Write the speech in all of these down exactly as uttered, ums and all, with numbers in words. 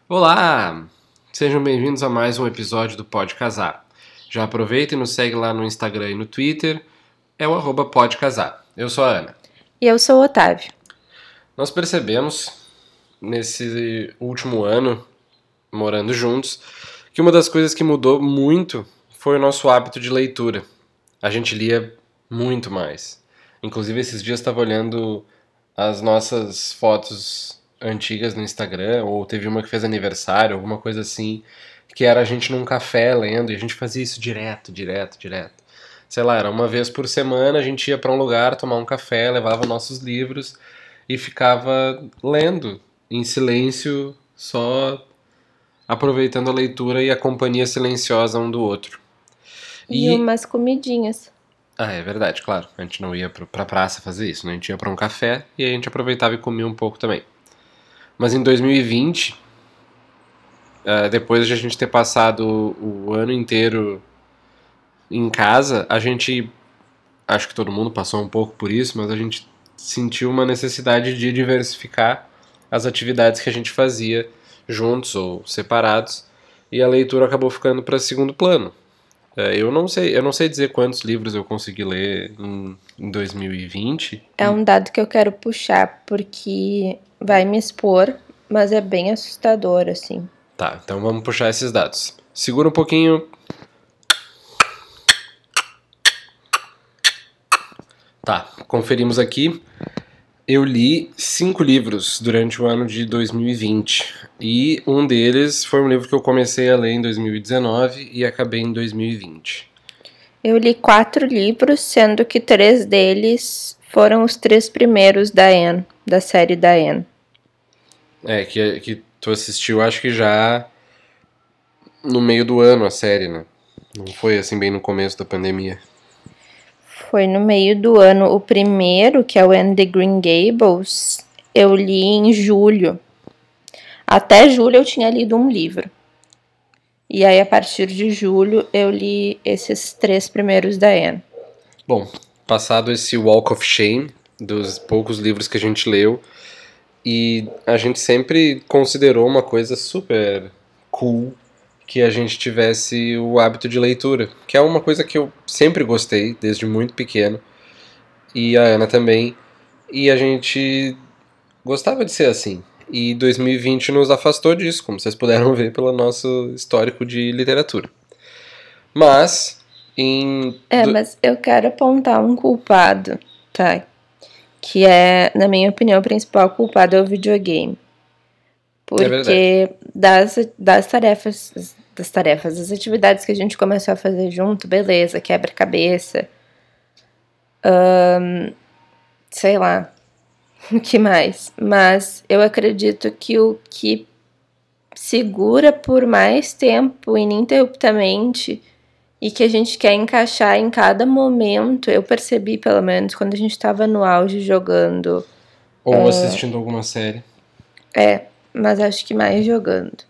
Olá! Sejam bem-vindos a mais um episódio do Pode Casar. Já aproveita e nos segue lá no Instagram e no Twitter, é o arroba Pode Casar. Eu sou a Ana. E eu sou o Otávio. Nós percebemos, nesse último ano, morando juntos, que uma das coisas que mudou muito foi o nosso hábito de leitura. A gente lia muito mais. Inclusive, esses dias estava olhando as nossas fotos antigas no Instagram, ou teve uma que fez aniversário, alguma coisa assim, que era a gente num café lendo, e a gente fazia isso direto, direto, direto. Sei lá, era uma vez por semana, a gente ia para um lugar tomar um café, levava nossos livros e ficava lendo em silêncio, só aproveitando a leitura e a companhia silenciosa um do outro. E, e umas comidinhas. Ah, é verdade, claro. A gente não ia pra praça fazer isso, né? A gente ia pra um café e a gente aproveitava e comia um pouco também. Mas em dois mil e vinte, depois de a gente ter passado o ano inteiro em casa, a gente, acho que todo mundo passou um pouco por isso, mas a gente sentiu uma necessidade de diversificar as atividades que a gente fazia juntos ou separados, e a leitura acabou ficando para segundo plano. Eu não sei, eu não sei dizer quantos livros eu consegui ler em, em dois mil e vinte. É um dado que eu quero puxar, porque vai me expor, mas é bem assustador, assim. Tá, então vamos puxar esses dados. Segura um pouquinho. Tá, conferimos aqui. Eu li cinco livros durante o ano de dois mil e vinte. E um deles foi um livro que eu comecei a ler em dois mil e dezenove e acabei em dois mil e vinte. Eu li quatro livros, sendo que três deles foram os três primeiros da Anne, da série da Anne. É, que, que tu assistiu, acho que já no meio do ano a série, né? Não foi assim bem no começo da pandemia. Foi no meio do ano. O primeiro, que é o Anne de Green Gables, eu li em julho. Até julho eu tinha lido um livro. E aí, a partir de julho, eu li esses três primeiros da Anne. Bom, passado esse Walk of Shame, dos poucos livros que a gente leu, e a gente sempre considerou uma coisa super cool que a gente tivesse o hábito de leitura, que é uma coisa que eu sempre gostei, desde muito pequeno, e a Ana também, e a gente gostava de ser assim. E dois mil e vinte nos afastou disso, como vocês puderam ver pelo nosso histórico de literatura. Mas, em... É, mas eu quero apontar um culpado, tá? Que é, na minha opinião, o principal culpado é o videogame. Porque é das, das tarefas, das tarefas, das atividades que a gente começou a fazer junto, beleza, quebra-cabeça, hum, sei lá, o que mais? Mas eu acredito que o que segura por mais tempo, ininterruptamente, e que a gente quer encaixar em cada momento, eu percebi, pelo menos, quando a gente estava no auge jogando. Ou assistindo uh, alguma série. É, mas acho que mais jogando.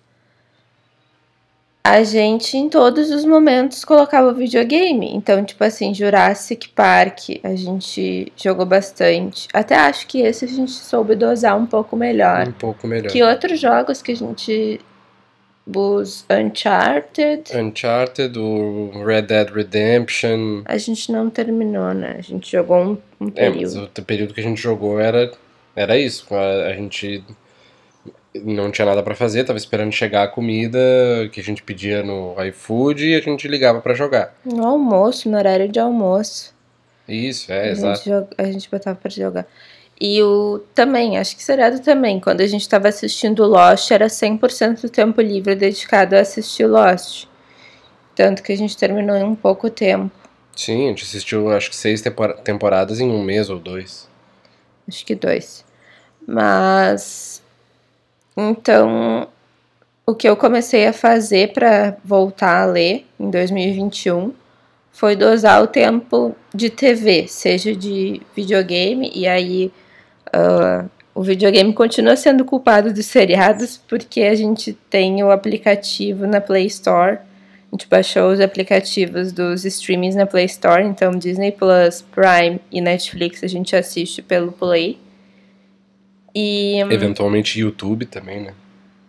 A gente, em todos os momentos, colocava videogame. Então, tipo assim, Jurassic Park, a gente jogou bastante. Até acho que esse a gente soube dosar um pouco melhor. Um pouco melhor. Que outros jogos que a gente... Os Uncharted. Uncharted, o Red Dead Redemption. A gente não terminou, né? A gente jogou um, um período. É, mas o período que a gente jogou era, era isso. A, a gente não tinha nada pra fazer, tava esperando chegar a comida que a gente pedia no iFood e a gente ligava pra jogar. No almoço, no horário de almoço. Isso, é, a exato. Gente, a gente botava pra jogar. E o também, acho que seriado também, quando a gente estava assistindo Lost, era cem por cento do tempo livre dedicado a assistir Lost. Tanto que a gente terminou em um pouco tempo. Sim, a gente assistiu acho que seis temporadas em um mês ou dois. Acho que dois. Mas... Então, o que eu comecei a fazer para voltar a ler em dois mil e vinte e um foi dosar o tempo de T V, seja de videogame, e aí... Uh, o videogame continua sendo culpado dos seriados porque a gente tem o aplicativo na Play Store. A gente baixou os aplicativos dos streamings na Play Store, então Disney Plus, Prime e Netflix a gente assiste pelo Play. E eventualmente YouTube também, né?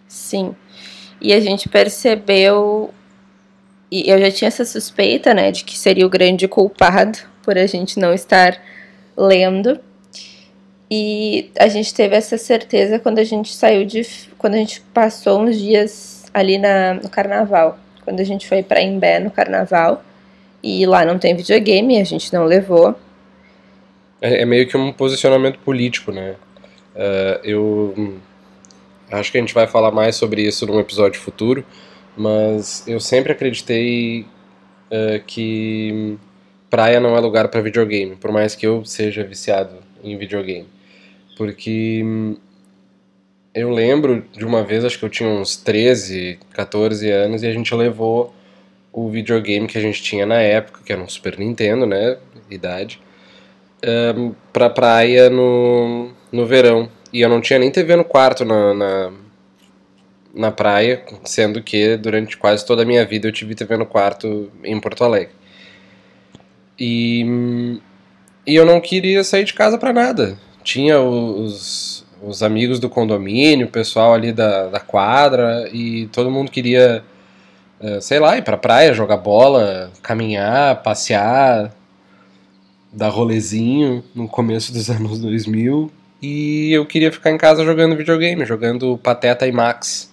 Sim. E a gente percebeu, e eu já tinha essa suspeita, né, de que seria o grande culpado por a gente não estar lendo. E a gente teve essa certeza quando a gente saiu de... Quando a gente passou uns dias ali na, no carnaval. Quando a gente foi pra Imbé no carnaval. E lá não tem videogame, a gente não levou. É, é meio que um posicionamento político, né? Uh, eu acho que a gente vai falar mais sobre isso num episódio futuro, mas eu sempre acreditei uh, que praia não é lugar para videogame, por mais que eu seja viciado em videogame. Porque eu lembro de uma vez, acho que eu tinha uns treze, quatorze anos, e a gente levou o videogame que a gente tinha na época, que era um Super Nintendo, né, idade, um, pra praia no, no verão. E eu não tinha nem T V no quarto na, na, na praia, sendo que durante quase toda a minha vida eu tive T V no quarto em Porto Alegre. E, e eu não queria sair de casa pra nada. Tinha os, os amigos do condomínio, o pessoal ali da, da quadra, e todo mundo queria, sei lá, ir pra praia, jogar bola, caminhar, passear, dar rolezinho no começo dos anos dois mil. E eu queria ficar em casa jogando videogame, jogando Pateta e Max.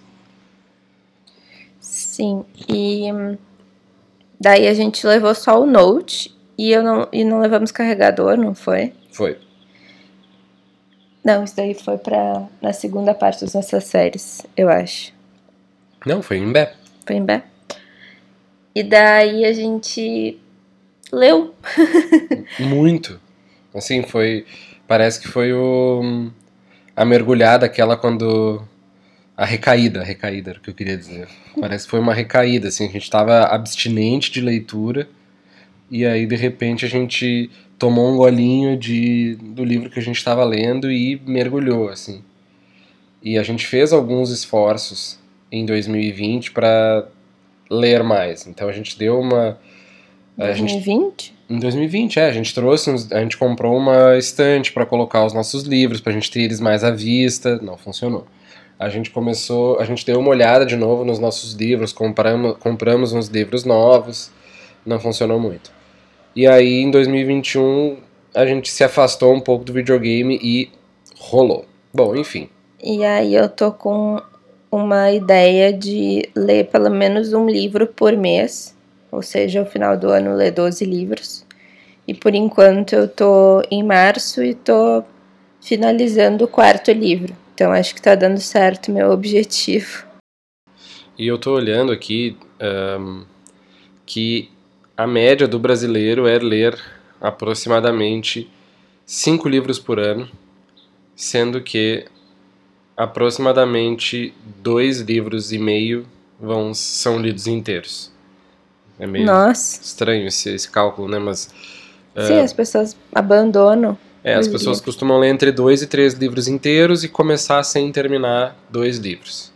Sim, e daí a gente levou só o Note e, eu não, e não levamos carregador, não foi? Foi. Não, isso daí foi pra, na segunda parte das nossas séries, eu acho. Não, foi em Bé. Foi em Bé. E daí a gente leu. Muito. Assim, foi... Parece que foi o... A mergulhada, aquela quando... A recaída, a recaída era o que eu queria dizer. Parece que foi uma recaída, assim, a gente tava abstinente de leitura e aí, de repente, a gente tomou um golinho de, do livro que a gente estava lendo e mergulhou, assim. E a gente fez alguns esforços em dois mil e vinte para ler mais. Então a gente deu uma... dois mil e vinte? Gente, em dois mil e vinte, é. A gente trouxe, uns, a gente comprou uma estante para colocar os nossos livros, pra gente ter eles mais à vista. Não funcionou. A gente começou, a gente deu uma olhada de novo nos nossos livros, compramos, compramos uns livros novos, não funcionou muito. E aí, em dois mil e vinte e um, a gente se afastou um pouco do videogame e rolou. Bom, enfim. E aí eu tô com uma ideia de ler pelo menos um livro por mês, ou seja, no final do ano ler doze livros. E por enquanto eu tô em março e tô finalizando o quarto livro. Então acho que tá dando certo o meu objetivo. E eu tô olhando aqui um, que a média do brasileiro é ler aproximadamente cinco livros por ano, sendo que aproximadamente dois livros e meio vão, são lidos inteiros. É meio Nossa. estranho esse, esse cálculo, né? Mas, sim, uh, as pessoas abandonam. É, as pessoas livros. costumam ler entre dois e três livros inteiros e começar sem terminar dois livros.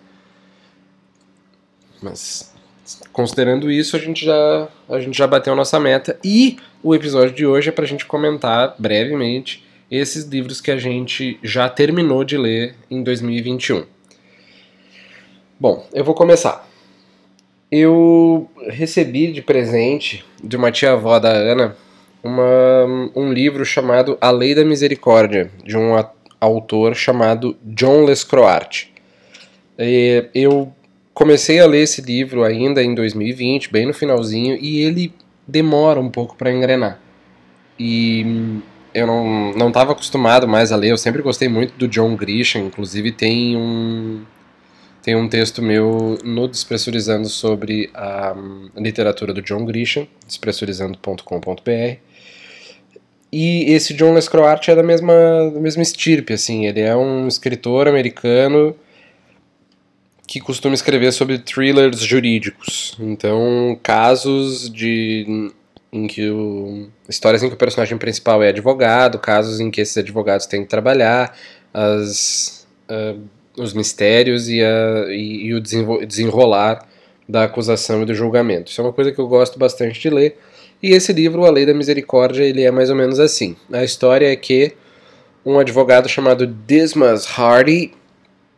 Mas, considerando isso, a gente já, a gente já bateu a nossa meta. E o episódio de hoje é pra gente comentar brevemente esses livros que a gente já terminou de ler em dois mil e vinte e um. Bom, eu vou começar. Eu recebi de presente de uma tia-avó da Ana uma, um livro chamado A Lei da Misericórdia, de um autor chamado John Lescroart. E eu comecei a ler esse livro ainda em dois mil e vinte, bem no finalzinho, e ele demora um pouco para engrenar. E eu não não estava acostumado mais a ler, eu sempre gostei muito do John Grisham, inclusive tem um, tem um texto meu no Despressurizando sobre a literatura do John Grisham, despressurizando ponto com ponto b r. E esse John Lescroart é da mesma, da mesma estirpe, assim, ele é um escritor americano que costuma escrever sobre thrillers jurídicos, então casos de... em que o, histórias em que o personagem principal é advogado, casos em que esses advogados têm que trabalhar, as, uh, os mistérios e, a, e, e o desenrolar da acusação e do julgamento. Isso é uma coisa que eu gosto bastante de ler. E esse livro, A Lei da Misericórdia, ele é mais ou menos assim. A história é que um advogado chamado Dismas Hardy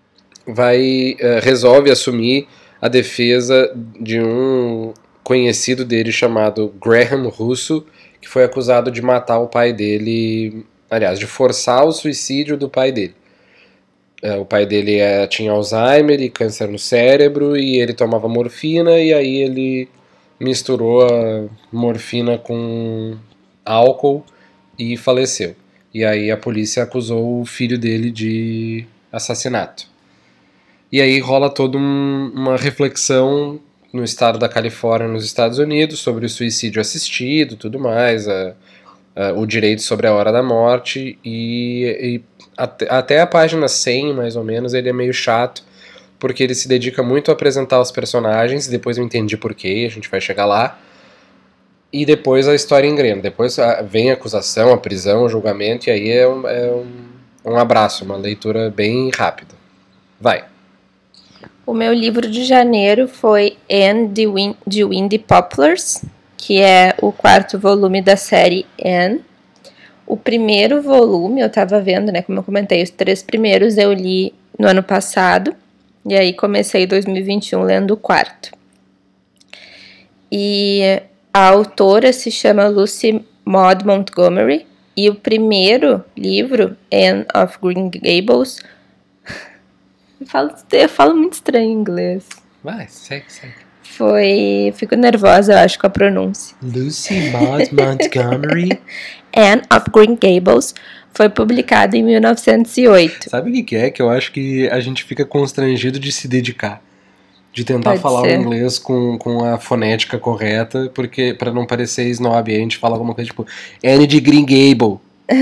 vai uh, resolve assumir a defesa de um conhecido dele chamado Graham Russo, que foi acusado de matar o pai dele, aliás, de forçar o suicídio do pai dele. Uh, o pai dele uh, tinha Alzheimer e câncer no cérebro, e ele tomava morfina, e aí ele misturou a morfina com álcool e faleceu. E aí a polícia acusou o filho dele de assassinato. E aí rola toda um, uma reflexão no estado da Califórnia, nos Estados Unidos, sobre o suicídio assistido, tudo mais, a, a, o direito sobre a hora da morte, e, e até, até a página cem, mais ou menos, ele é meio chato, porque ele se dedica muito a apresentar os personagens, depois eu entendi porquê, a gente vai chegar lá, e depois a história engrena, depois vem a acusação, a prisão, o julgamento, e aí é um, é um, um abraço, uma leitura bem rápida. Vai! O meu livro de janeiro foi Anne de, Win- de Windy Poplars, que é o quarto volume da série Anne. O primeiro volume, eu tava vendo, né, como eu comentei, os três primeiros eu li no ano passado, e aí comecei em dois mil e vinte e um lendo o quarto. E a autora se chama Lucy Maud Montgomery, e o primeiro livro, Anne of Green Gables... Eu falo, eu falo muito estranho em inglês. Vai, segue, segue. Foi... Fico nervosa, eu acho, com a pronúncia. Lucy Maud Montgomery. Anne of Green Gables foi publicado em mil novecentos e oito. Sabe o que é? Que eu acho que a gente fica constrangido de se dedicar. De tentar Pode falar ser. o inglês com, com a fonética correta, porque pra não parecer snob, aí a gente fala alguma coisa tipo Anne de Green Gable.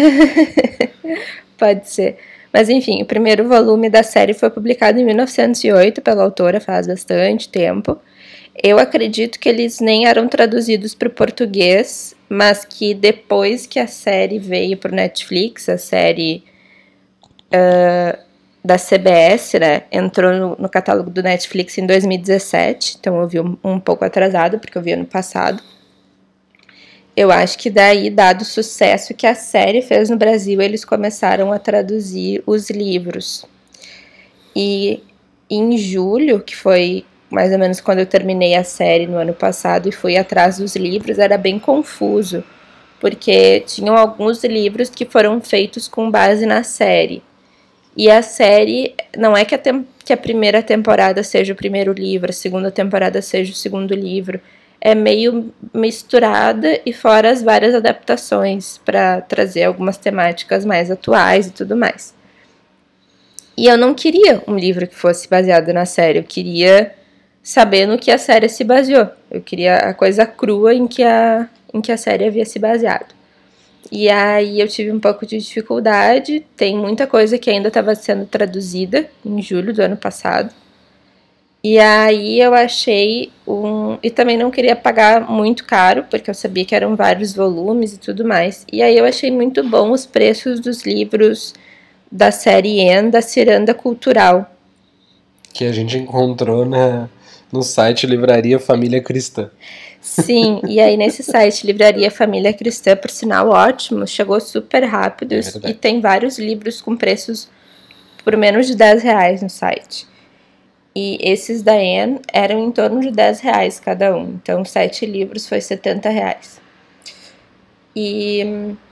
Pode ser. Mas enfim, o primeiro volume da série foi publicado em mil novecentos e oito pela autora, faz bastante tempo. Eu acredito que eles nem eram traduzidos para o português, mas que depois que a série veio para o Netflix, a série uh, da C B S, né, entrou no, no catálogo do Netflix em dois mil e dezessete, então eu vi um, um pouco atrasado, porque eu vi ano passado. Eu acho que daí, dado o sucesso que a série fez no Brasil, eles começaram a traduzir os livros. E em julho, que foi mais ou menos quando eu terminei a série no ano passado e fui atrás dos livros, era bem confuso, porque tinham alguns livros que foram feitos com base na série. E a série, não é que a, tem- que a primeira temporada seja o primeiro livro, a segunda temporada seja o segundo livro, é meio misturada e fora as várias adaptações para trazer algumas temáticas mais atuais e tudo mais. E eu não queria um livro que fosse baseado na série, eu queria saber no que a série se baseou. Eu queria a coisa crua em que a, em que a série havia se baseado. E aí eu tive um pouco de dificuldade, tem muita coisa que ainda estava sendo traduzida em julho do ano passado. E aí eu achei um... E também não queria pagar muito caro, porque eu sabia que eram vários volumes e tudo mais. E aí eu achei muito bom os preços dos livros da série Anne, da Ciranda Cultural. Que a gente encontrou na, no site Livraria Família Cristã. Sim, e aí nesse site Livraria Família Cristã, por sinal ótimo, chegou super rápido. É verdade. E tem vários livros com preços por menos de dez reais no site. E esses da Anne eram em torno de dez reais cada um. Então, sete livros foi setenta reais. E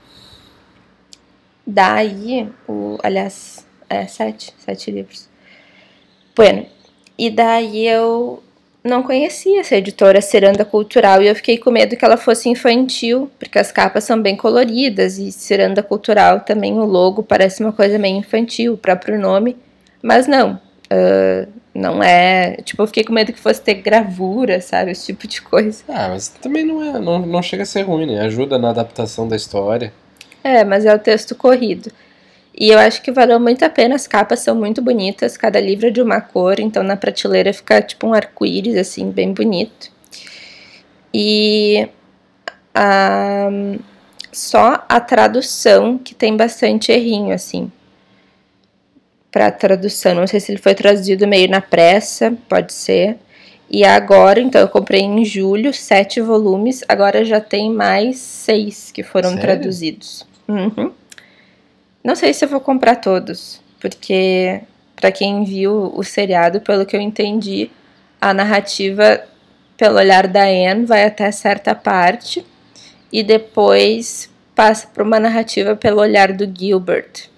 daí, o, aliás, é, sete, sete livros. Bueno, e daí eu não conhecia essa editora Ciranda Cultural e eu fiquei com medo que ela fosse infantil, porque as capas são bem coloridas e Ciranda Cultural também, o logo parece uma coisa meio infantil, o próprio nome, mas não. Uh, Não é... Tipo, eu fiquei com medo que fosse ter gravura, sabe? Esse tipo de coisa. Ah, mas também não, é, não, não chega a ser ruim, né? Ajuda na adaptação da história. É, mas é o texto corrido. E eu acho que valeu muito a pena. As capas são muito bonitas. Cada livro é de uma cor. Então, na prateleira fica tipo um arco-íris, assim, bem bonito. E... A, só a tradução que tem bastante errinho, assim. Para tradução, não sei se ele foi traduzido meio na pressa, pode ser. E agora, então, eu comprei em julho sete volumes, agora já tem mais seis que foram Sério? traduzidos. Uhum. Não sei se eu vou comprar todos, porque para quem viu o seriado, pelo que eu entendi, a narrativa pelo olhar da Anne vai até certa parte e depois passa para uma narrativa pelo olhar do Gilbert.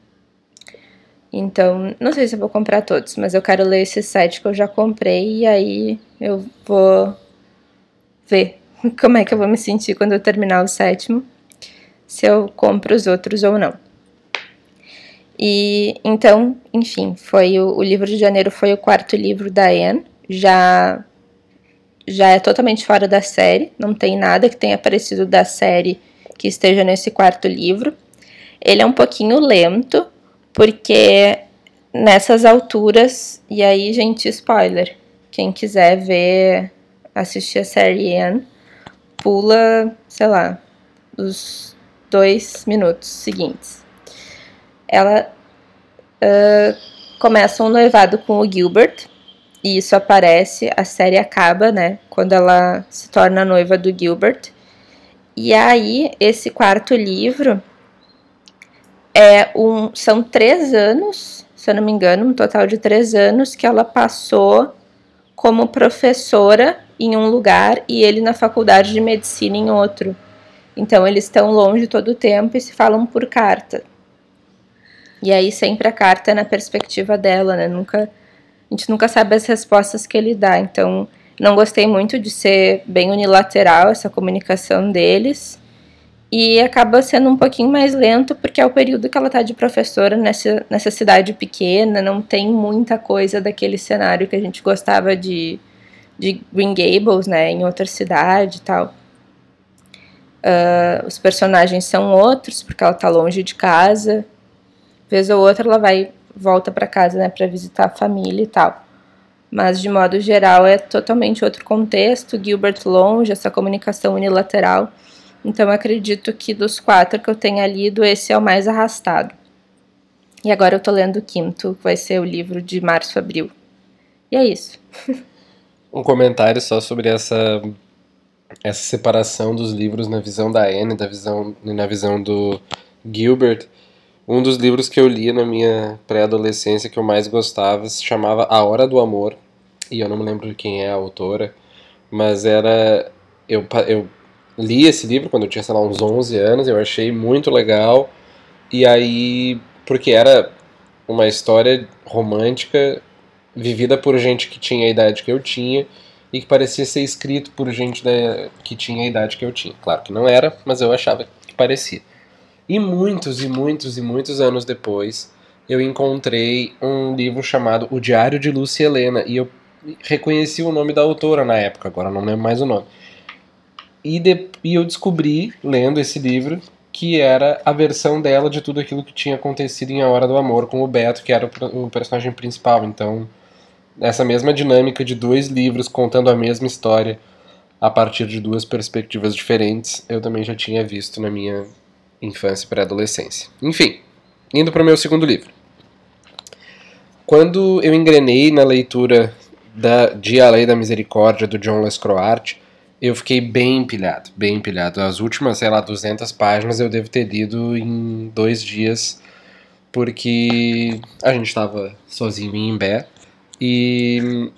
Então, não sei se eu vou comprar todos, mas eu quero ler esses sete que eu já comprei e aí eu vou ver como é que eu vou me sentir quando eu terminar o sétimo, se eu compro os outros ou não. E então, enfim, foi o, o livro de janeiro foi o quarto livro da Anne, já já é totalmente fora da série, não tem nada que tenha aparecido da série que esteja nesse quarto livro. Ele é um pouquinho lento, porque nessas alturas, e aí, gente, spoiler, quem quiser ver, assistir a série Anne, pula, sei lá, os dois minutos seguintes. Ela uh, começa um noivado com o Gilbert, e isso aparece, a série acaba, né, quando ela se torna noiva do Gilbert. E aí, esse quarto livro é um, são três anos, se eu não me engano, um total de três anos que ela passou como professora em um lugar e ele na faculdade de medicina em outro. Então, eles estão longe todo o tempo e se falam por carta. E aí, sempre a carta é na perspectiva dela, né? Nunca, a gente nunca sabe as respostas que ele dá. Então, não gostei muito de ser bem unilateral essa comunicação deles. E acaba sendo um pouquinho mais lento, porque é o período que ela está de professora nessa, nessa cidade pequena, não tem muita coisa daquele cenário que a gente gostava de, de Green Gables, né, em outra cidade e tal. Uh, os personagens são outros, porque ela está longe de casa. Vez ou outra ela vai, volta para casa, né, para visitar a família e tal. Mas, de modo geral, é totalmente outro contexto, Gilbert longe, essa comunicação unilateral. Então, eu acredito que dos quatro que eu tenha lido, esse é o mais arrastado. E agora eu tô lendo o quinto, que vai ser o livro de março, abril. E é isso. Um comentário só sobre essa, essa separação dos livros na visão da Anne, da visão, na visão do Gilbert. Um dos livros que eu li na minha pré-adolescência que eu mais gostava se chamava A Hora do Amor. E eu não me lembro de quem é a autora, mas era... Eu... eu li esse livro quando eu tinha, sei lá, uns onze anos, eu achei muito legal, e aí, porque era uma história romântica vivida por gente que tinha a idade que eu tinha, e que parecia ser escrito por gente da, que tinha a idade que eu tinha. Claro que não era, mas eu achava que parecia. E muitos e muitos e muitos anos depois, eu encontrei um livro chamado O Diário de Lúcia Helena, e eu reconheci o nome da autora na época, agora não lembro mais o nome. E, de, e eu descobri, lendo esse livro, que era a versão dela de tudo aquilo que tinha acontecido em A Hora do Amor com o Beto, que era o, o personagem principal. Então, essa mesma dinâmica de dois livros contando a mesma história a partir de duas perspectivas diferentes, eu também já tinha visto na minha infância e pré-adolescência. Enfim, indo para o meu segundo livro. Quando eu engrenei na leitura da, de A Lei da Misericórdia, do John Lescroart, eu fiquei bem empilhado, bem empilhado. As últimas, sei lá, duzentas páginas eu devo ter lido em dois dias, porque a gente estava sozinho em Imbé, e,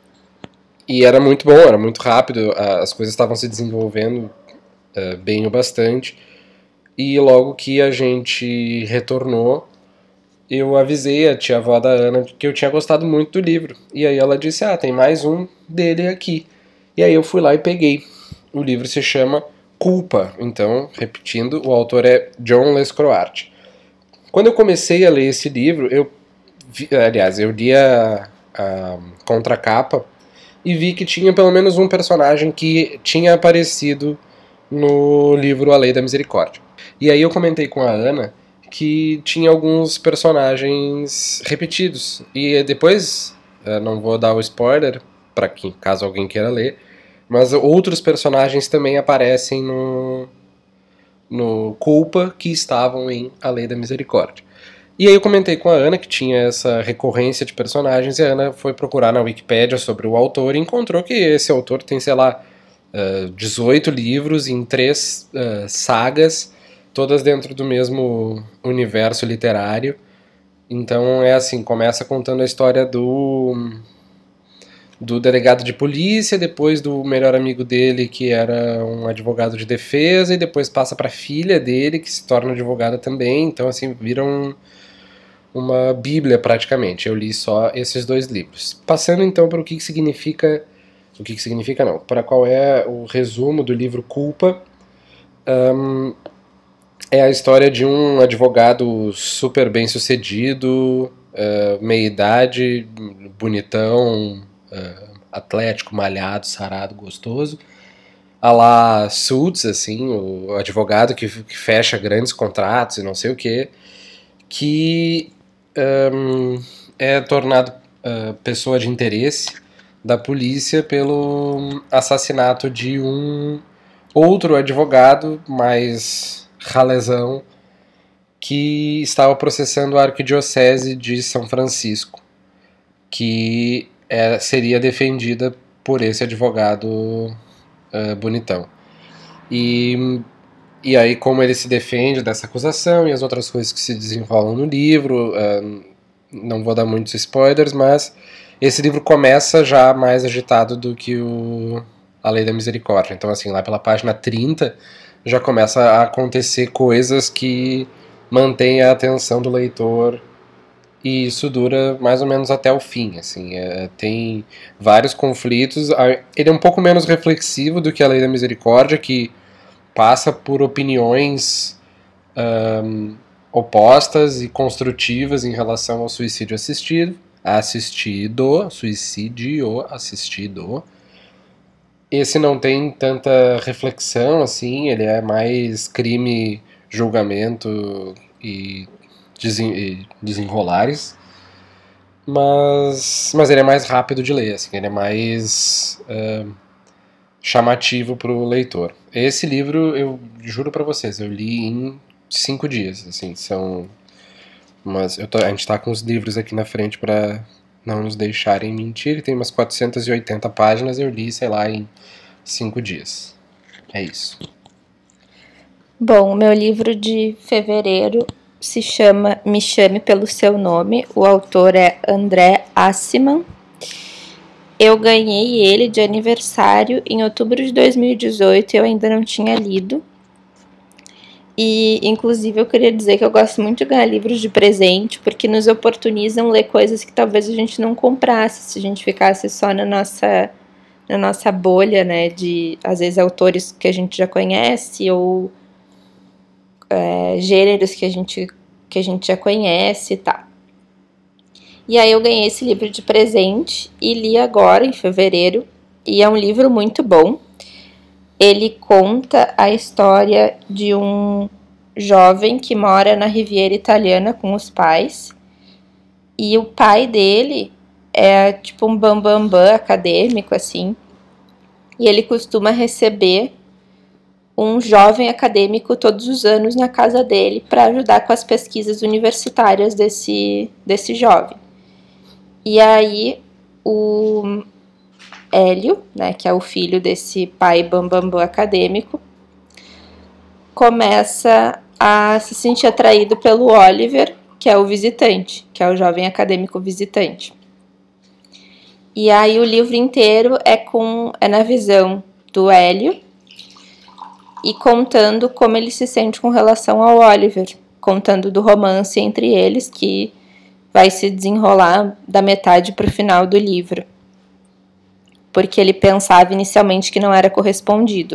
e era muito bom, era muito rápido, as coisas estavam se desenvolvendo uh, bem o bastante, e logo que a gente retornou, eu avisei a tia-avó da Ana que eu tinha gostado muito do livro, e aí ela disse, ah, tem mais um dele aqui. E aí eu fui lá e peguei. O livro se chama Culpa. Então, repetindo, o autor é John Lescroart. Quando eu comecei a ler esse livro, eu vi, aliás, eu li a, a contracapa e vi que tinha pelo menos um personagem que tinha aparecido no livro A Lei da Misericórdia. E aí eu comentei com a Ana que tinha alguns personagens repetidos. E depois, não vou dar o spoiler, para quem, caso alguém queira ler, mas outros personagens também aparecem no, no Culpa que estavam em A Lei da Misericórdia. E aí eu comentei com a Ana que tinha essa recorrência de personagens e a Ana foi procurar na Wikipédia sobre o autor e encontrou que esse autor tem, sei lá, dezoito livros em três uh, sagas, todas dentro do mesmo universo literário. Então é assim, começa contando a história do do delegado de polícia, depois do melhor amigo dele, que era um advogado de defesa, e depois passa para a filha dele, que se torna advogada também. Então, assim, vira um, uma bíblia praticamente. Eu li só esses dois livros. Passando então para o que, que significa, o que, que significa não, para qual é o resumo do livro Culpa. Um, é a história de um advogado super bem sucedido, uh, meia idade, bonitão, uh, atlético, malhado, sarado, gostoso, a lá Suits, assim, o advogado que, que fecha grandes contratos e não sei o que, que um, é tornado uh, pessoa de interesse da polícia pelo assassinato de um outro advogado mais ralezão que estava processando a Arquidiocese de São Francisco, que é, seria defendida por esse advogado uh, bonitão. E, e aí, como ele se defende dessa acusação e as outras coisas que se desenrolam no livro, uh, não vou dar muitos spoilers, mas esse livro começa já mais agitado do que o A Lei da Misericórdia. Então, assim, lá pela página trinta já começa a acontecer coisas que mantêm a atenção do leitor, e isso dura mais ou menos até o fim, assim, é, tem vários conflitos. Ele é um pouco menos reflexivo do que A Lei da Misericórdia, que passa por opiniões um, opostas e construtivas em relação ao suicídio assistido, assistido, suicídio assistido. Esse não tem tanta reflexão, assim, ele é mais crime, julgamento e desenrolares, mas, mas ele é mais rápido de ler, assim, ele é mais uh, chamativo para o leitor. Esse livro, eu juro para vocês, eu li em cinco dias, assim, são umas, eu tô, a gente está com os livros aqui na frente para não nos deixarem mentir, tem umas quatrocentas e oitenta páginas, eu li, sei lá, em cinco dias. É isso. Bom, o meu livro de fevereiro se chama Me Chame Pelo Seu Nome, o autor é André Aciman. Eu ganhei ele de aniversário em outubro de dois mil e dezoito e eu ainda não tinha lido. E, inclusive, eu queria dizer que eu gosto muito de ganhar livros de presente, porque nos oportunizam ler coisas que talvez a gente não comprasse se a gente ficasse só na nossa, na nossa bolha, né, de, às vezes, autores que a gente já conhece ou É, gêneros que a gente, que a gente já conhece e tal. E aí eu ganhei esse livro de presente e li agora, em fevereiro, e é um livro muito bom. Ele conta a história de um jovem que mora na Riviera Italiana com os pais, e o pai dele é tipo um bambambam bam, bam acadêmico, assim, e ele costuma receber um jovem acadêmico todos os anos na casa dele para ajudar com as pesquisas universitárias desse, desse jovem. E aí o Hélio, né, que é o filho desse pai bambambam bam, bam acadêmico, começa a se sentir atraído pelo Oliver, que é o visitante, que é o jovem acadêmico visitante. E aí o livro inteiro é, com, é na visão do Hélio, e contando como ele se sente com relação ao Oliver, contando do romance entre eles, que vai se desenrolar da metade para o final do livro, porque ele pensava inicialmente que não era correspondido.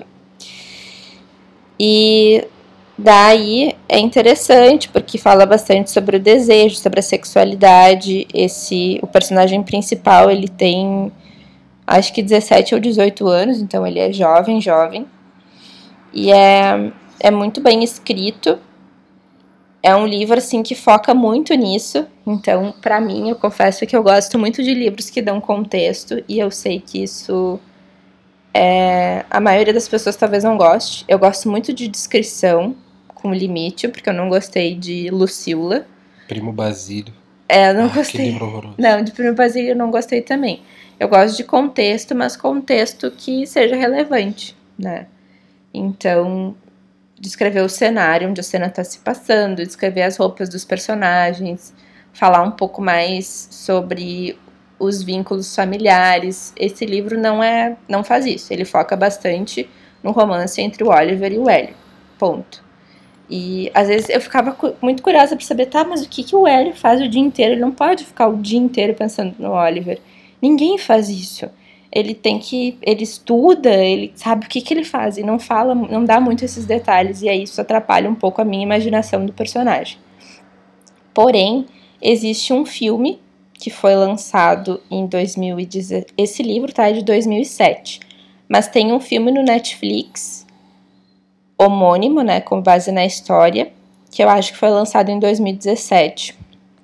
E daí é interessante, porque fala bastante sobre o desejo, sobre a sexualidade. Esse, o personagem principal, ele tem, acho que dezessete ou dezoito anos, então ele é jovem, jovem. E é, é muito bem escrito. É um livro, assim, que foca muito nisso. Então, pra mim, eu confesso que eu gosto muito de livros que dão contexto. E eu sei que isso, é, a maioria das pessoas talvez não goste. Eu gosto muito de descrição, com limite, porque eu não gostei de Lucila. Primo Basílio. É, eu não ah, gostei. Que livro horroroso. Não, de Primo Basílio eu não gostei também. Eu gosto de contexto, mas contexto que seja relevante, né? Então, descrever o cenário onde a cena está se passando, descrever as roupas dos personagens, falar um pouco mais sobre os vínculos familiares. Esse livro não é, não faz isso. Ele foca bastante no romance entre o Oliver e o Hélio. Ponto. E às vezes eu ficava muito curiosa para saber, tá, mas o que, que o Hélio faz o dia inteiro? Ele não pode ficar o dia inteiro pensando no Oliver. Ninguém faz isso. Ele tem que, ele estuda, ele sabe o que, que ele faz e não fala, não dá muito esses detalhes, e aí isso atrapalha um pouco a minha imaginação do personagem. Porém, existe um filme que foi lançado em dois mil e dezessete. Esse livro tá, é de dois mil e sete. Mas tem um filme no Netflix, homônimo, né, com base na história, que eu acho que foi lançado em dois mil e dezessete.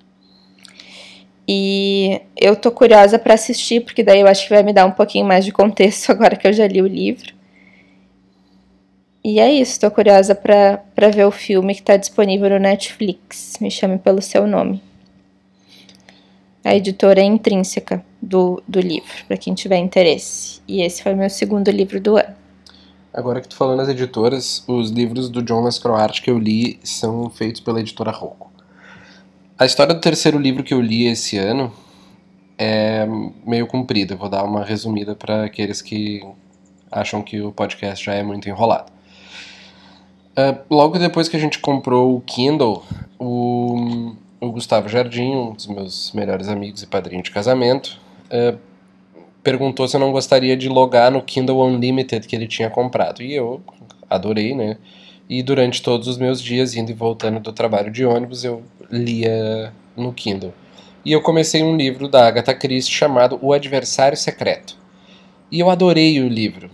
E eu tô curiosa para assistir, porque daí eu acho que vai me dar um pouquinho mais de contexto agora que eu já li o livro. E é isso, tô curiosa pra, pra ver o filme que tá disponível no Netflix. Me chame pelo seu nome. A editora é Intrínseca do, do livro, pra quem tiver interesse. E esse foi meu segundo livro do ano. Agora que tu falou nas editoras, os livros do John Mascroart que eu li são feitos pela editora Rocco. A história do terceiro livro que eu li esse ano é meio comprida. Eu vou dar uma resumida para aqueles que acham que o podcast já é muito enrolado. Uh, logo depois que a gente comprou o Kindle, o, o Gustavo Jardim, um dos meus melhores amigos e padrinho de casamento, uh, perguntou se eu não gostaria de logar no Kindle Unlimited que ele tinha comprado. E eu adorei, né? E durante todos os meus dias, indo e voltando do trabalho de ônibus, eu lia no Kindle. E eu comecei um livro da Agatha Christie chamado O Adversário Secreto. E eu adorei o livro.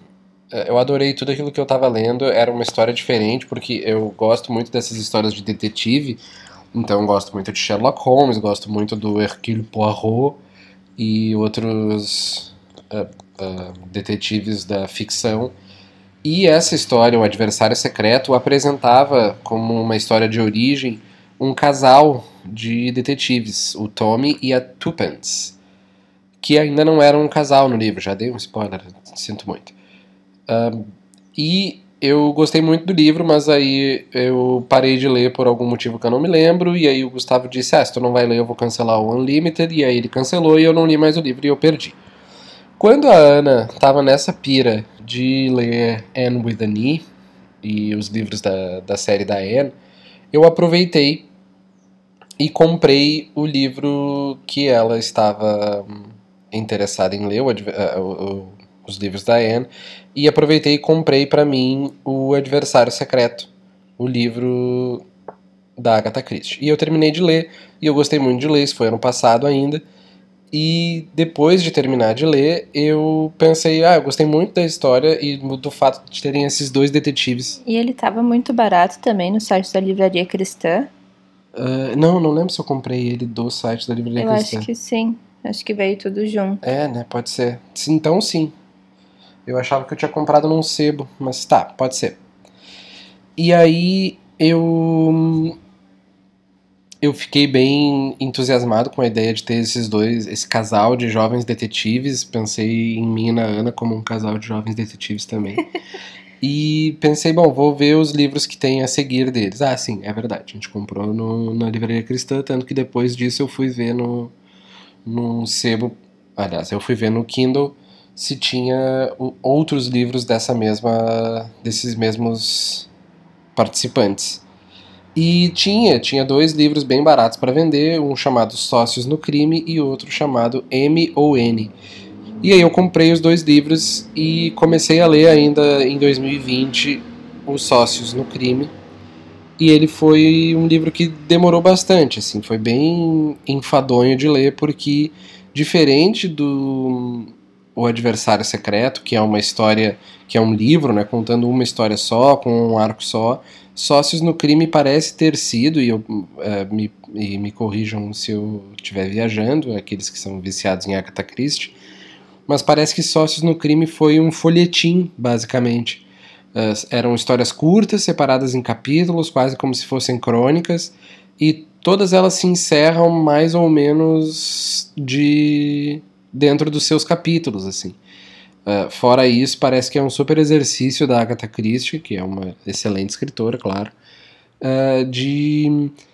Eu adorei tudo aquilo que eu estava lendo. Era uma história diferente, porque eu gosto muito dessas histórias de detetive. Então eu gosto muito de Sherlock Holmes, gosto muito do Hercule Poirot e outros uh, uh, detetives da ficção. E essa história, O Adversário Secreto, apresentava como uma história de origem um casal de detetives, o Tommy e a Tuppence, que ainda não eram um casal no livro. Já dei um spoiler, sinto muito. Uh, e eu gostei muito do livro, mas aí eu parei de ler por algum motivo que eu não me lembro, e aí o Gustavo disse, ah, se tu não vai ler eu vou cancelar o Unlimited, e aí ele cancelou e eu não li mais o livro e eu perdi. Quando a Ana estava nessa pira de ler Anne with an E e os livros da, da série da Anne, eu aproveitei e comprei o livro que ela estava interessada em ler, o, o, o, os livros da Anne, e aproveitei e comprei para mim O Adversário Secreto, o livro da Agatha Christie. E eu terminei de ler, e eu gostei muito de ler, isso foi ano passado ainda, e depois de terminar de ler, eu pensei, ah, eu gostei muito da história e do fato de terem esses dois detetives. E ele estava muito barato também no site da Livraria Cristã. Uh, não, não lembro se eu comprei ele do site da Livraria eu Cristã. Eu acho que sim, acho que veio tudo junto. É, né, pode ser. Então sim. Eu achava que eu tinha comprado num sebo, mas tá, pode ser. E aí eu eu fiquei bem entusiasmado com a ideia de ter esses dois, esse casal de jovens detetives. Pensei em mim e na Ana como um casal de jovens detetives também. E pensei, bom, vou ver os livros que tem a seguir deles. Ah, sim, é verdade. A gente comprou no, na Livraria Cristã, tanto que depois disso eu fui ver no, no sebo. Aliás, eu fui ver no Kindle se tinha outros livros dessa mesma, desses mesmos participantes. E tinha, tinha dois livros bem baratos para vender, um chamado Sócios no Crime e outro chamado M ou N. E aí eu comprei os dois livros e comecei a ler ainda em dois mil e vinte Os Sócios no Crime. E ele foi um livro que demorou bastante, assim, foi bem enfadonho de ler, porque diferente do O Adversário Secreto, que é uma história, que é um livro, né, contando uma história só, com um arco só, Sócios no Crime parece ter sido, e, eu, é, me, e me corrijam se eu estiver viajando, aqueles que são viciados em Agatha Christie, mas parece que Sócios no Crime foi um folhetim, basicamente. Uh, eram histórias curtas, separadas em capítulos, quase como se fossem crônicas, e todas elas se encerram mais ou menos de dentro dos seus capítulos, assim. Uh, fora isso, parece que é um super exercício da Agatha Christie, que é uma excelente escritora, claro, uh, de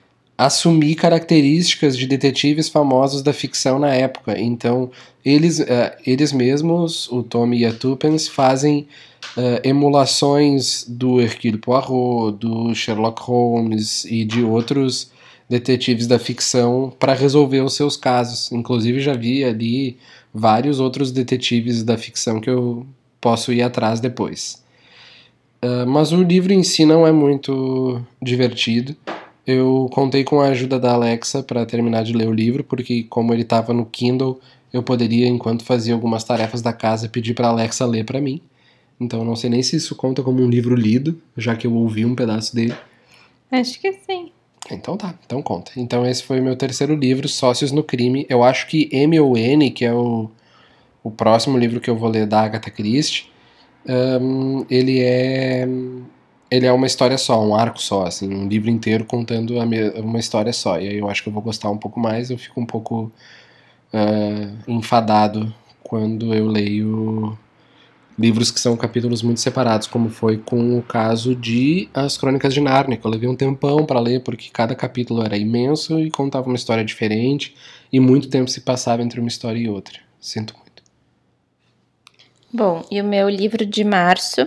assumir características de detetives famosos da ficção na época. Então, eles, uh, eles mesmos, o Tommy e a Tuppence, fazem uh, emulações do Hercule Poirot, do Sherlock Holmes e de outros detetives da ficção para resolver os seus casos. Inclusive, já vi ali vários outros detetives da ficção que eu posso ir atrás depois. Uh, mas o livro em si não é muito divertido. Eu contei com a ajuda da Alexa para terminar de ler o livro, porque como ele estava no Kindle, eu poderia, enquanto fazia algumas tarefas da casa, pedir para a Alexa ler para mim. Então não sei nem se isso conta como um livro lido, já que eu ouvi um pedaço dele. Acho que sim. Então tá, então conta. Então esse foi o meu terceiro livro, Sócios no Crime. Eu acho que M ou N, que é o, o próximo livro que eu vou ler da Agatha Christie, um, ele é... ele é uma história só, um arco só, assim, um livro inteiro contando a me- uma história só. E aí eu acho que eu vou gostar um pouco mais, eu fico um pouco uh, enfadado quando eu leio livros que são capítulos muito separados, como foi com o caso de As Crônicas de Nárnia, que eu levei um tempão para ler, porque cada capítulo era imenso e contava uma história diferente, e muito tempo se passava entre uma história e outra. Sinto muito. Bom, e o meu livro de março,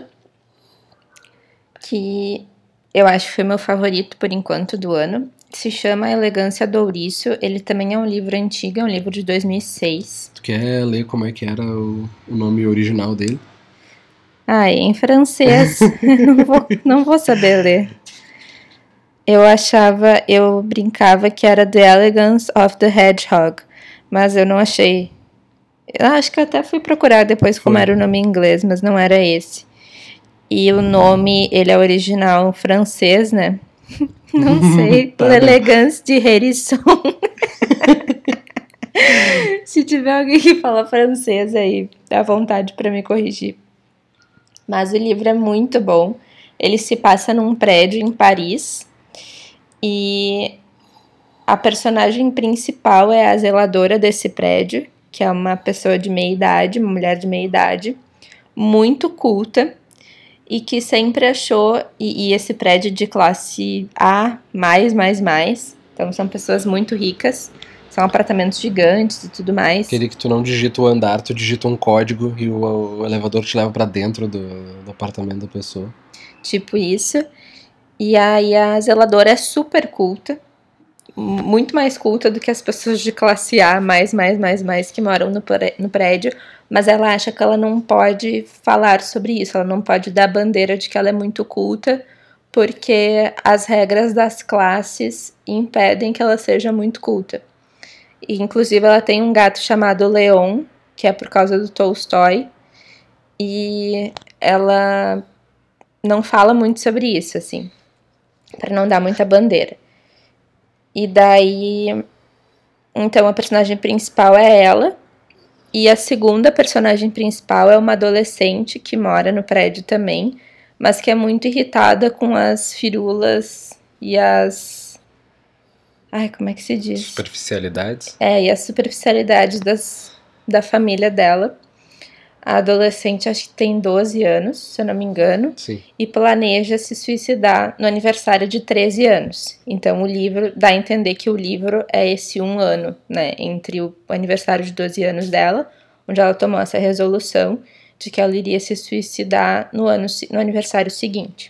que eu acho que foi meu favorito por enquanto do ano, se chama A Elegância do Ouriço. Ele também é um livro antigo, é um livro de dois mil e seis. Tu quer ler como é que era o, o nome original dele? Ah, em francês, não, vou, não vou saber ler. Eu achava, eu brincava que era The Elegance of the Hedgehog, mas eu não achei. Eu acho que eu até fui procurar depois como Foi. era o nome em inglês, mas não era esse. E o nome, ele é original francês, né? Não sei. Tá, L'Elegance de Hérisson. Se tiver alguém que fala francês aí, dá vontade para me corrigir. Mas o livro é muito bom. Ele se passa num prédio em Paris. E a personagem principal é a zeladora desse prédio, que é uma pessoa de meia idade, uma mulher de meia idade, muito culta. E que sempre achou, e, e esse prédio de classe A, mais, mais, mais, então são pessoas muito ricas, são apartamentos gigantes e tudo mais. Aquele que tu não digita o andar, tu digita um código e o, o elevador te leva pra dentro do, do apartamento da pessoa. Tipo isso. E aí a zeladora é super culta, muito mais culta do que as pessoas de classe A, mais, mais, mais, mais, que moram no, no prédio, mas ela acha que ela não pode falar sobre isso, ela não pode dar a bandeira de que ela é muito culta, porque as regras das classes impedem que ela seja muito culta. E, inclusive, ela tem um gato chamado Leon, que é por causa do Tolstói, e ela não fala muito sobre isso, assim, para não dar muita bandeira. E daí, então a personagem principal é ela, e a segunda personagem principal é uma adolescente que mora no prédio também, mas que é muito irritada com as firulas e as... Ai, como é que se diz? Superficialidades? É, e as superficialidades das, da família dela. A adolescente acho que tem doze anos, se eu não me engano. Sim. E planeja se suicidar no aniversário de treze anos. Então o livro dá a entender que o livro é esse um ano, né? Entre o aniversário de doze anos dela, onde ela tomou essa resolução de que ela iria se suicidar no, ano, no aniversário seguinte.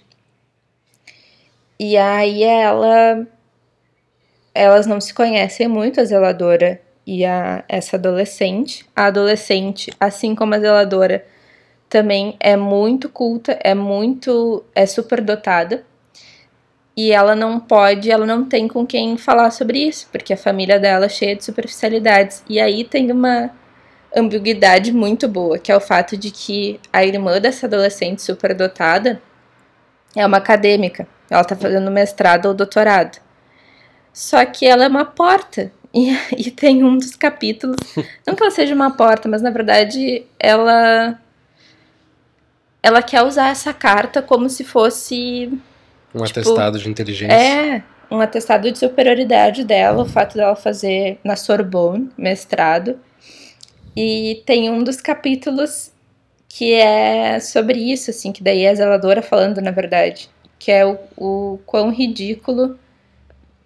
E aí ela... Elas não se conhecem muito, a zeladora e a, essa adolescente. A adolescente, assim como a zeladora, também é muito culta, é muito, é super dotada. E ela não pode, ela não tem com quem falar sobre isso, porque a família dela é cheia de superficialidades. E aí tem uma ambiguidade muito boa, que é o fato de que a irmã dessa adolescente super dotada é uma acadêmica. Ela tá fazendo mestrado ou doutorado. Só que ela é uma porta. E, e tem um dos capítulos... Não que ela seja uma porta, mas na verdade ela... Ela quer usar essa carta como se fosse... Um tipo, atestado de inteligência. É, um atestado de superioridade dela, o fato dela fazer na Sorbonne, mestrado. E tem um dos capítulos que é sobre isso, assim, que daí é a zeladora falando, na verdade. Que é o, o quão ridículo...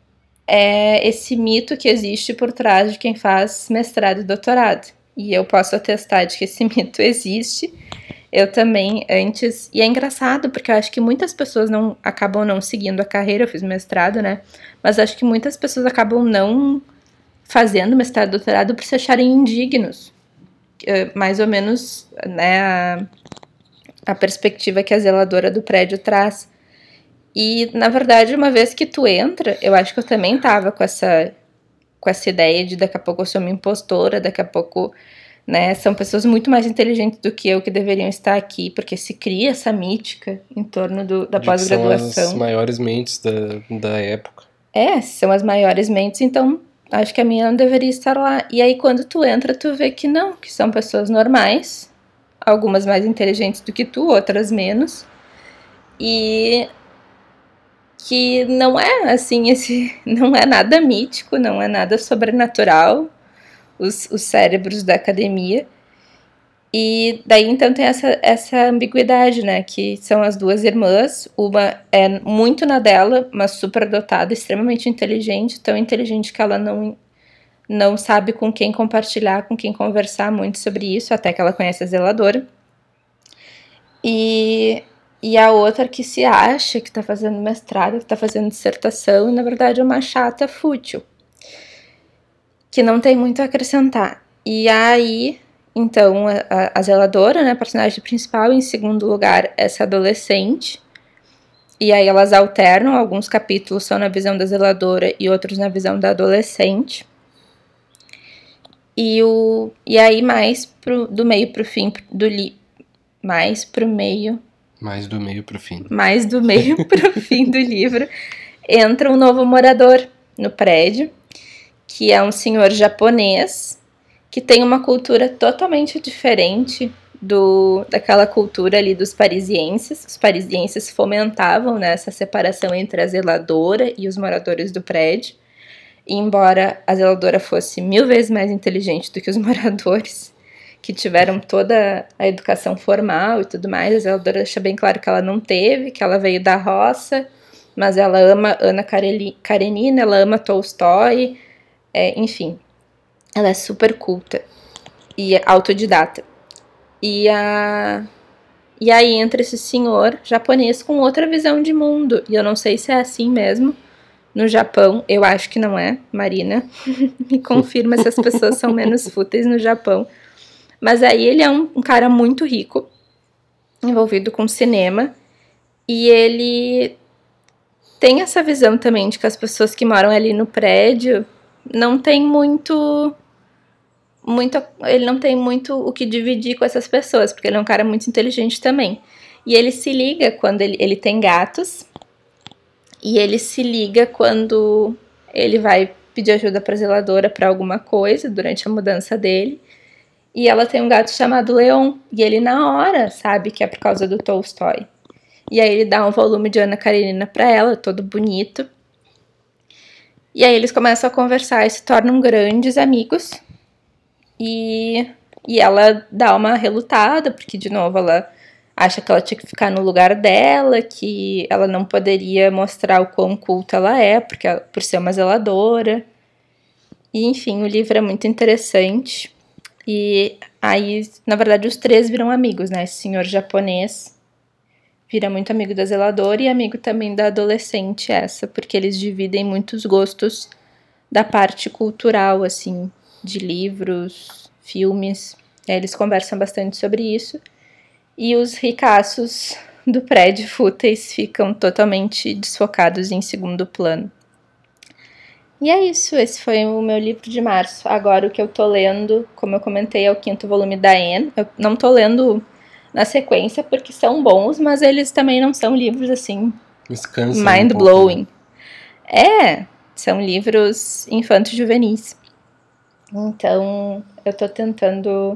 é esse mito que existe por trás de quem faz mestrado e doutorado. E eu posso atestar de que esse mito existe. Eu também, antes... E é engraçado, porque eu acho que muitas pessoas não acabam não seguindo a carreira. Eu fiz mestrado, né? Mas acho que muitas pessoas acabam não fazendo mestrado e doutorado por se acharem indignos. Mais ou menos, né, a, a perspectiva que a zeladora do prédio traz. E, na verdade, uma vez que tu entra, eu acho que eu também tava com essa, com essa ideia de daqui a pouco eu sou uma impostora, daqui a pouco, né, são pessoas muito mais inteligentes do que eu que deveriam estar aqui, porque se cria essa mítica em torno do, da pós-graduação. São as maiores mentes da, da época. É, são as maiores mentes, então acho que a minha não deveria estar lá. E aí quando tu entra, tu vê que não, que são pessoas normais, algumas mais inteligentes do que tu, outras menos, e que não é assim, esse, não é nada mítico, não é nada sobrenatural, os, os cérebros da academia. E daí então tem essa, essa ambiguidade, né, que são as duas irmãs, uma é muito na dela, mas super dotada, extremamente inteligente, tão inteligente que ela não, não sabe com quem compartilhar, com quem conversar muito sobre isso, até que ela conhece a zeladora. E, e a outra que se acha que tá fazendo mestrado, que tá fazendo dissertação, e na verdade é uma chata fútil, que não tem muito a acrescentar. E aí... Então, a, a zeladora, né, a personagem principal, em segundo lugar, essa adolescente. E aí elas alternam, alguns capítulos são na visão da zeladora e outros na visão da adolescente. E, o, e aí mais pro, do meio pro fim do li, mais pro meio... Mais do meio pro fim. Mais do meio pro fim do livro, entra um novo morador no prédio, que é um senhor japonês, que tem uma cultura totalmente diferente do, daquela cultura ali dos parisienses. Os parisienses fomentavam, né, essa separação entre a zeladora e os moradores do prédio. E embora a zeladora fosse mil vezes mais inteligente do que os moradores, que tiveram toda a educação formal e tudo mais, a zeladora deixa bem claro que ela não teve, que ela veio da roça, mas ela ama Ana Karenina, ela ama Tolstói, é, enfim... Ela é super culta e autodidata. E, a... e aí entra esse senhor japonês com outra visão de mundo. E eu não sei se é assim mesmo no Japão. Eu acho que não é, Marina. Me confirma se as pessoas são menos fúteis no Japão. Mas aí ele é um, um cara muito rico, envolvido com cinema. E ele tem essa visão também de que as pessoas que moram ali no prédio... não tem muito, muito... Ele não tem muito o que dividir com essas pessoas, porque ele é um cara muito inteligente também. E ele se liga quando ele, ele tem gatos, e ele se liga quando ele vai pedir ajuda pra zeladora pra alguma coisa, durante a mudança dele, e ela tem um gato chamado Leon, e ele na hora sabe que é por causa do Tolstói. E aí ele dá um volume de Ana Karenina pra ela, todo bonito. E aí eles começam a conversar e se tornam grandes amigos. E, e ela dá uma relutada, porque de novo ela acha que ela tinha que ficar no lugar dela, que ela não poderia mostrar o quão culta ela é, porque ela, por ser uma zeladora. E enfim, o livro é muito interessante. E aí, na verdade, os três viram amigos, né? Esse senhor japonês vira muito amigo da zeladora e amigo também da adolescente essa, porque eles dividem muitos gostos da parte cultural, assim, de livros, filmes. E aí eles conversam bastante sobre isso. E os ricaços do prédio fúteis ficam totalmente desfocados em segundo plano. E é isso, esse foi o meu livro de março. Agora o que eu tô lendo, como eu comentei, é o quinto volume da Anne. Eu não tô lendo... na sequência, porque são bons, mas eles também não são livros, assim, mind-blowing. Um é, são livros infantos juvenis. Então, eu tô tentando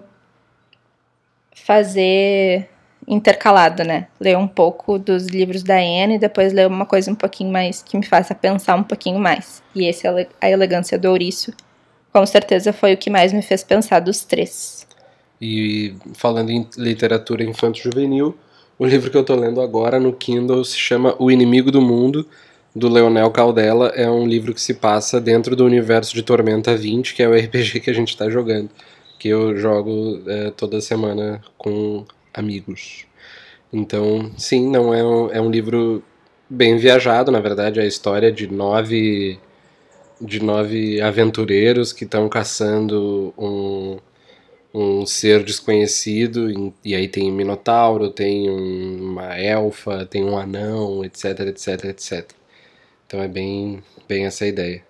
fazer intercalado, né? Ler um pouco dos livros da Anne e depois ler uma coisa um pouquinho mais, que me faça pensar um pouquinho mais. E esse, A Elegância do Ouriço, com certeza foi o que mais me fez pensar dos três. E falando em literatura infanto-juvenil, o livro que eu tô lendo agora no Kindle se chama O Inimigo do Mundo, do Leonel Caldela, é um livro que se passa dentro do universo de Tormenta vinte, que é o R P G que a gente está jogando, que eu jogo é, toda semana com amigos. Então, sim, não é um, é um livro bem viajado, na verdade, é a história de nove, de nove aventureiros que estão caçando um, um ser desconhecido, e aí tem um minotauro, tem uma elfa, tem um anão, etc, etc, etcétera. Então é bem, bem essa ideia.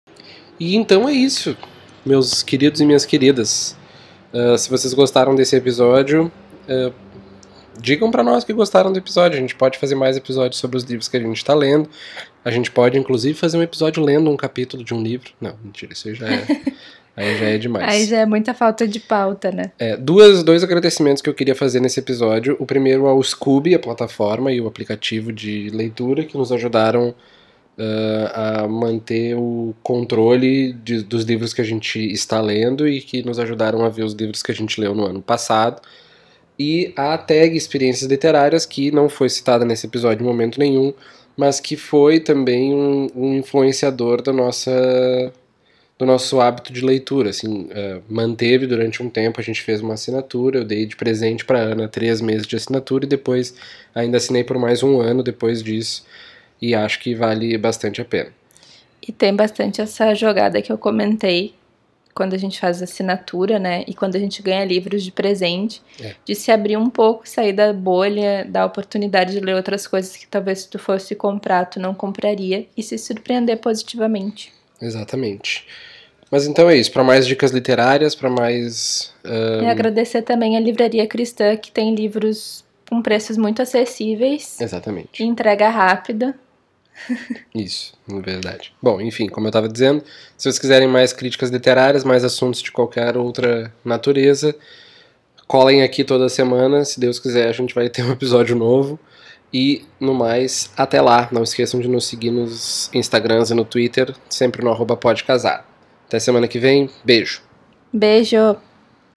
E então é isso, meus queridos e minhas queridas. Uh, se vocês gostaram desse episódio, uh, digam pra nós que gostaram do episódio. A gente pode fazer mais episódios sobre os livros que a gente tá lendo. A gente pode, inclusive, fazer um episódio lendo um capítulo de um livro. Não, mentira, isso aí já é, aí já é demais. Aí já é muita falta de pauta, né? É, duas, dois agradecimentos que eu queria fazer nesse episódio. O primeiro ao Scooby, a plataforma e o aplicativo de leitura, que nos ajudaram uh, a manter o controle de, dos livros que a gente está lendo e que nos ajudaram a ver os livros que a gente leu no ano passado. E a tag Experiências Literárias, que não foi citada nesse episódio em momento nenhum, mas que foi também um, um influenciador da nossa, do nosso hábito de leitura. Assim, uh, manteve durante um tempo, a gente fez uma assinatura, eu dei de presente para Ana três meses de assinatura e depois ainda assinei por mais um ano depois disso, e acho que vale bastante a pena. E tem bastante essa jogada que eu comentei, quando a gente faz assinatura, né, e quando a gente ganha livros de presente, é. de se abrir um pouco, sair da bolha, dar a oportunidade de ler outras coisas que talvez se tu fosse comprar, tu não compraria, e se surpreender positivamente. Exatamente. Mas então é isso, para mais dicas literárias, para mais... Um... E agradecer também a Livraria Cristã, que tem livros com preços muito acessíveis. Exatamente. E entrega rápida. Isso, na verdade. Bom, enfim, como eu estava dizendo, se vocês quiserem mais críticas literárias, mais assuntos de qualquer outra natureza, colhem aqui toda semana. Se Deus quiser, a gente vai ter um episódio novo. E, no mais, até lá. Não esqueçam de nos seguir nos Instagrams e no Twitter, sempre no arroba pode casar. Até semana que vem. Beijo. Beijo.